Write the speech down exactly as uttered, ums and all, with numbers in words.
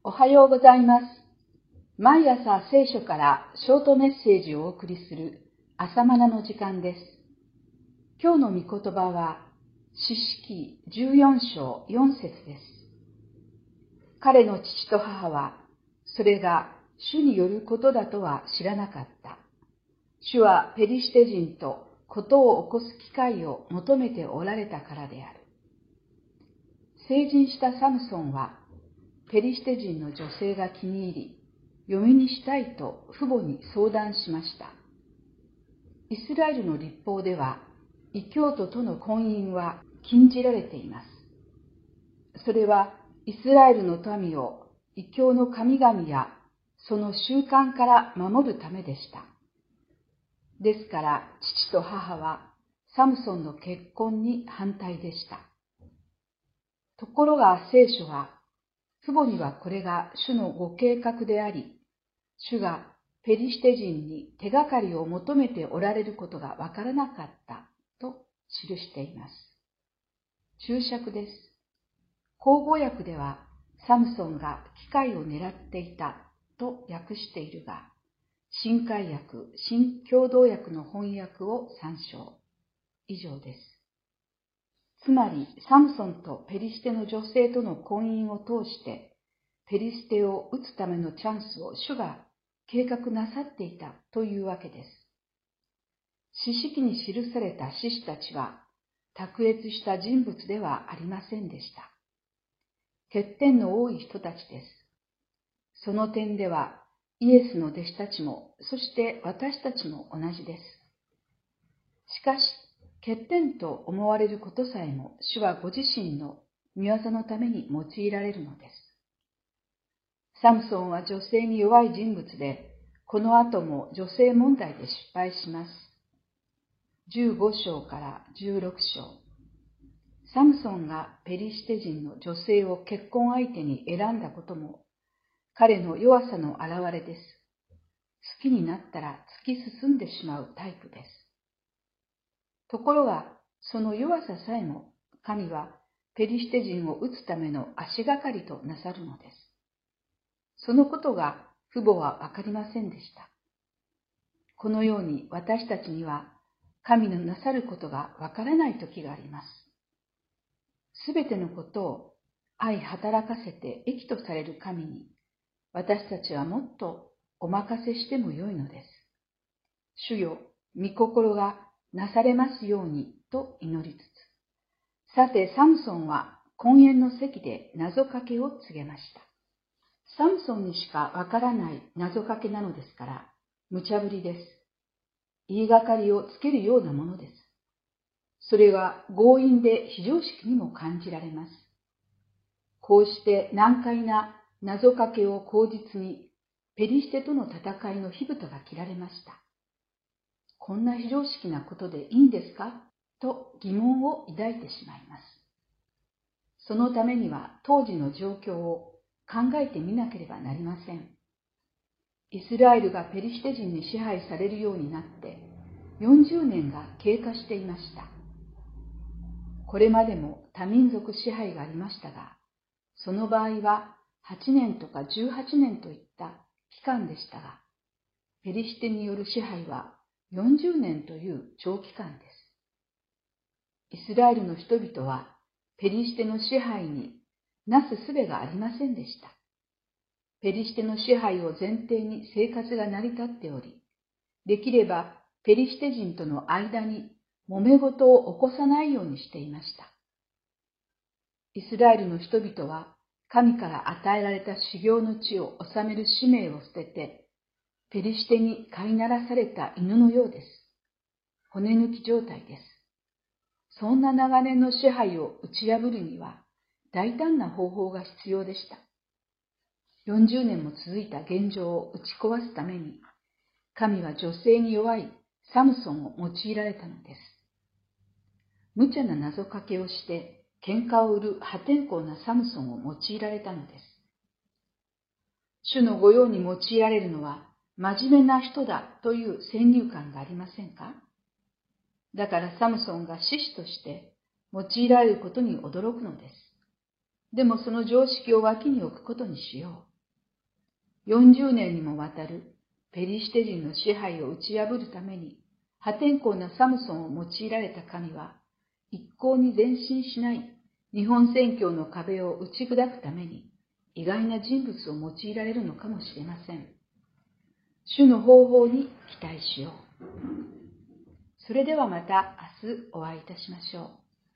おはようございます。毎朝聖書からショートメッセージをお送りする朝マナの時間です。今日の御言葉は士師記じゅうよん章よん節です。彼の父と母はそれが主によることだとは知らなかった。主はペリシテ人とことを起こす機会を求めておられたからである。成人したサムソンはペリシテ人の女性が気に入り、嫁にしたいと父母に相談しました。イスラエルの律法では、異教徒との婚姻は禁じられています。それはイスラエルの民を異教の神々やその習慣から守るためでした。ですから父と母はサムソンの結婚に反対でした。ところが聖書は、父母にはこれが主のご計画であり、主がペリシテ人に手がかりを求めておられることがわからなかったと記しています。注釈です。口語訳ではサムソンが機会を狙っていたと訳しているが、新海訳、新共同訳の翻訳を参照。以上です。つまり、サムソンとペリシテの女性との婚姻を通して、ペリシテを討つためのチャンスを主が計画なさっていたというわけです。士師記に記された士師たちは、卓越した人物ではありませんでした。欠点の多い人たちです。その点では、イエスの弟子たちも、そして私たちも同じです。しかし、欠点と思われることさえも主はご自身の御業のために用いられるのです。サムソンは女性に弱い人物で、この後も女性問題で失敗します。じゅうご章からじゅうろく章。サムソンがペリシテ人の女性を結婚相手に選んだことも、彼の弱さの表れです。好きになったら突き進んでしまうタイプです。ところが、その弱ささえも神はペリシテ人を討つための足がかりとなさるのです。そのことが父母はわかりませんでした。このように私たちには神のなさることがわからない時があります。すべてのことを愛働かせて益とされる神に私たちはもっとお任せしてもよいのです。主よ、御心がなされますようにと祈りつつ。さて、サムソンは婚宴の席で謎かけを告げました。サムソンにしかわからない謎かけなのですから、無茶ぶりです。言いがかりをつけるようなものです。それは強引で非常識にも感じられます。こうして難解な謎かけを口実に、ペリシテとの戦いの火蓋が切られました。こんな非常識なことでいいんですかと疑問を抱いてしまいます。そのためには当時の状況を考えてみなければなりません。イスラエルがペリシテ人に支配されるようになってよんじゅうねんが経過していました。これまでも多民族支配がありましたが、その場合ははちねんとかじゅうはちねんといった期間でしたが、ペリシテによる支配はよんじゅうねんという長期間です。イスラエルの人々はペリシテの支配になす術がありませんでした。ペリシテの支配を前提に生活が成り立っており、できればペリシテ人との間に揉め事を起こさないようにしていました。イスラエルの人々は神から与えられた修行の地を治める使命を捨てて、ペリシテに飼いならされた犬のようです。骨抜き状態です。そんな長年の支配を打ち破るには大胆な方法が必要でした。よんじゅうねんも続いた現状を打ち壊すために、神は女性に弱いサムソンを用いられたのです。無茶な謎かけをして喧嘩を売る破天荒なサムソンを用いられたのです。主の御用に用いられるのは真面目な人だという先入観がありませんか？だからサムソンが士師として用いられることに驚くのです。でもその常識を脇に置くことにしよう。 よんじゅうねんにもわたるペリシテ人の支配を打ち破るために破天荒なサムソンを用いられた神は、一向に前進しない日本宣教の壁を打ち砕くために意外な人物を用いられるのかもしれません。主の方法に期待しよう。それではまた明日お会いいたしましょう。